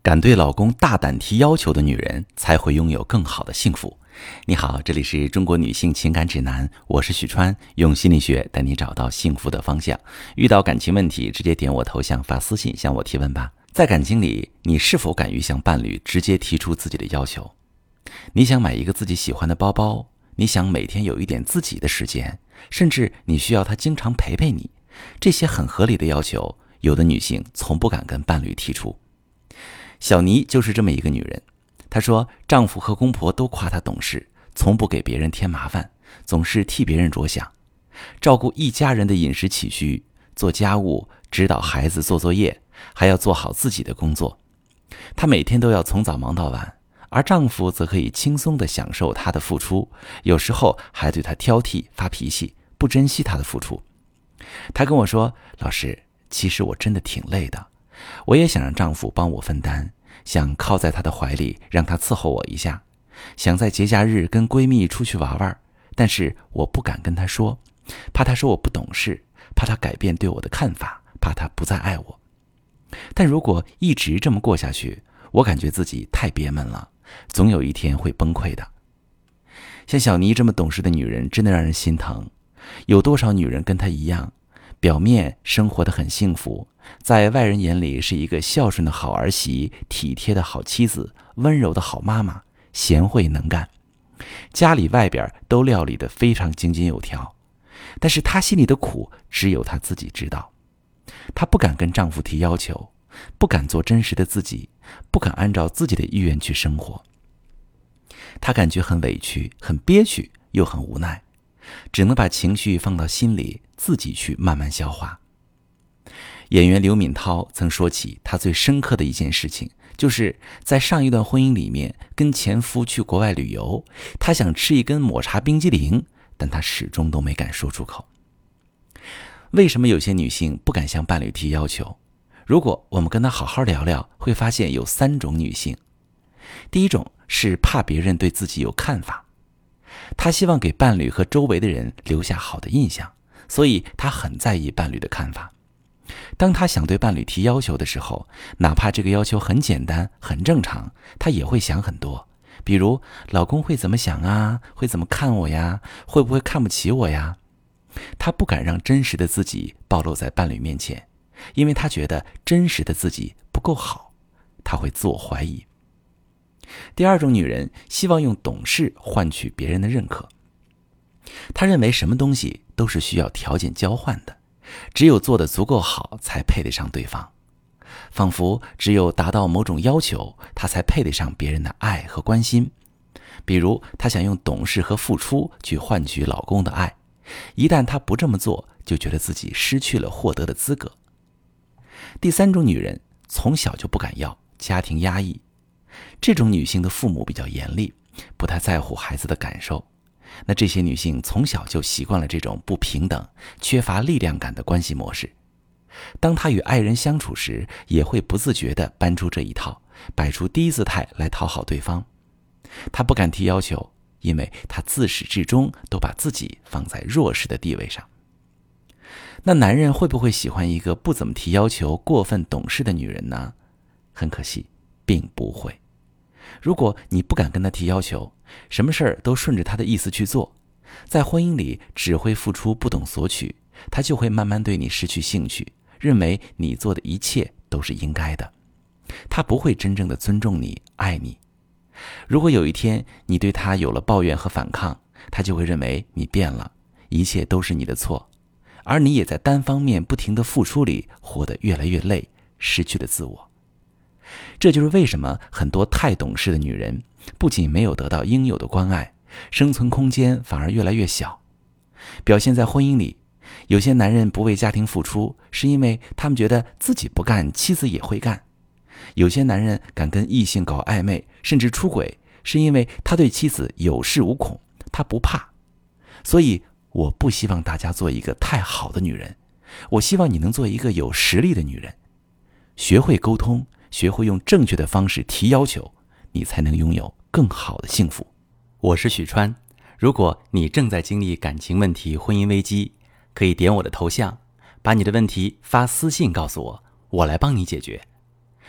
敢对老公大胆提要求的女人才会拥有更好的幸福。你好，这里是中国女性情感指南，我是许川，用心理学带你找到幸福的方向。遇到感情问题，直接点我头像发私信向我提问吧。在感情里，你是否敢于向伴侣直接提出自己的要求？你想买一个自己喜欢的包包，你想每天有一点自己的时间，甚至你需要他经常陪陪你，这些很合理的要求，有的女性从不敢跟伴侣提出。小妮就是这么一个女人，她说丈夫和公婆都夸她懂事，从不给别人添麻烦，总是替别人着想，照顾一家人的饮食起居，做家务，指导孩子做作业，还要做好自己的工作。她每天都要从早忙到晚，而丈夫则可以轻松地享受她的付出，有时候还对她挑剔发脾气，不珍惜她的付出。她跟我说，老师，其实我真的挺累的，我也想让丈夫帮我分担，想靠在他的怀里让他伺候我一下，想在节假日跟闺蜜出去玩玩，但是我不敢跟他说，怕他说我不懂事，怕他改变对我的看法，怕他不再爱我。但如果一直这么过下去，我感觉自己太憋闷了，总有一天会崩溃的。像小妮这么懂事的女人真的让人心疼，有多少女人跟她一样，表面生活得很幸福，在外人眼里是一个孝顺的好儿媳，体贴的好妻子，温柔的好妈妈，贤惠能干，家里外边都料理得非常井井有条，但是她心里的苦只有她自己知道。她不敢跟丈夫提要求，不敢做真实的自己，不敢按照自己的意愿去生活。她感觉很委屈，很憋屈，又很无奈，只能把情绪放到心里，自己去慢慢消化。演员刘敏涛曾说起她最深刻的一件事情，就是在上一段婚姻里面跟前夫去国外旅游，她想吃一根抹茶冰激凌，但她始终都没敢说出口。为什么有些女性不敢向伴侣提要求？如果我们跟她好好聊聊，会发现有3种女性。第一种是怕别人对自己有看法，她希望给伴侣和周围的人留下好的印象，所以她很在意伴侣的看法。当她想对伴侣提要求的时候，哪怕这个要求很简单很正常，她也会想很多，比如老公会怎么想啊，会怎么看我呀，会不会看不起我呀。她不敢让真实的自己暴露在伴侣面前，因为她觉得真实的自己不够好，她会自我怀疑。第二种女人希望用懂事换取别人的认可，她认为什么东西都是需要条件交换的，只有做得足够好才配得上对方，仿佛只有达到某种要求，她才配得上别人的爱和关心。比如她想用懂事和付出去换取老公的爱，一旦她不这么做，就觉得自己失去了获得的资格。第3种女人从小就不敢要，家庭压抑，这种女性的父母比较严厉，不太在乎孩子的感受，那这些女性从小就习惯了这种不平等、缺乏力量感的关系模式。当她与爱人相处时，也会不自觉地搬出这一套，摆出低姿态来讨好对方。她不敢提要求，因为她自始至终都把自己放在弱势的地位上。那男人会不会喜欢一个不怎么提要求、过分懂事的女人呢？很可惜，并不会。如果你不敢跟他提要求，什么事儿都顺着他的意思去做，在婚姻里只会付出不懂索取，他就会慢慢对你失去兴趣，认为你做的一切都是应该的，他不会真正的尊重你、爱你。如果有一天你对他有了抱怨和反抗，他就会认为你变了，一切都是你的错，而你也在单方面不停的付出里活得越来越累，失去了自我。这就是为什么很多太懂事的女人不仅没有得到应有的关爱，生存空间反而越来越小。表现在婚姻里，有些男人不为家庭付出，是因为他们觉得自己不干，妻子也会干。有些男人敢跟异性搞暧昧，甚至出轨，是因为他对妻子有恃无恐，他不怕。所以我不希望大家做一个太好的女人，我希望你能做一个有实力的女人，学会沟通，学会用正确的方式提要求，你才能拥有更好的幸福。我是许川，如果你正在经历感情问题、婚姻危机，可以点我的头像，把你的问题发私信告诉我，我来帮你解决。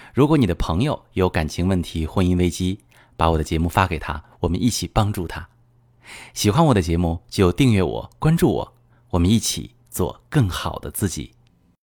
如果你的朋友有感情问题、婚姻危机，把我的节目发给他，我们一起帮助他。喜欢我的节目就订阅我、关注我，我们一起做更好的自己。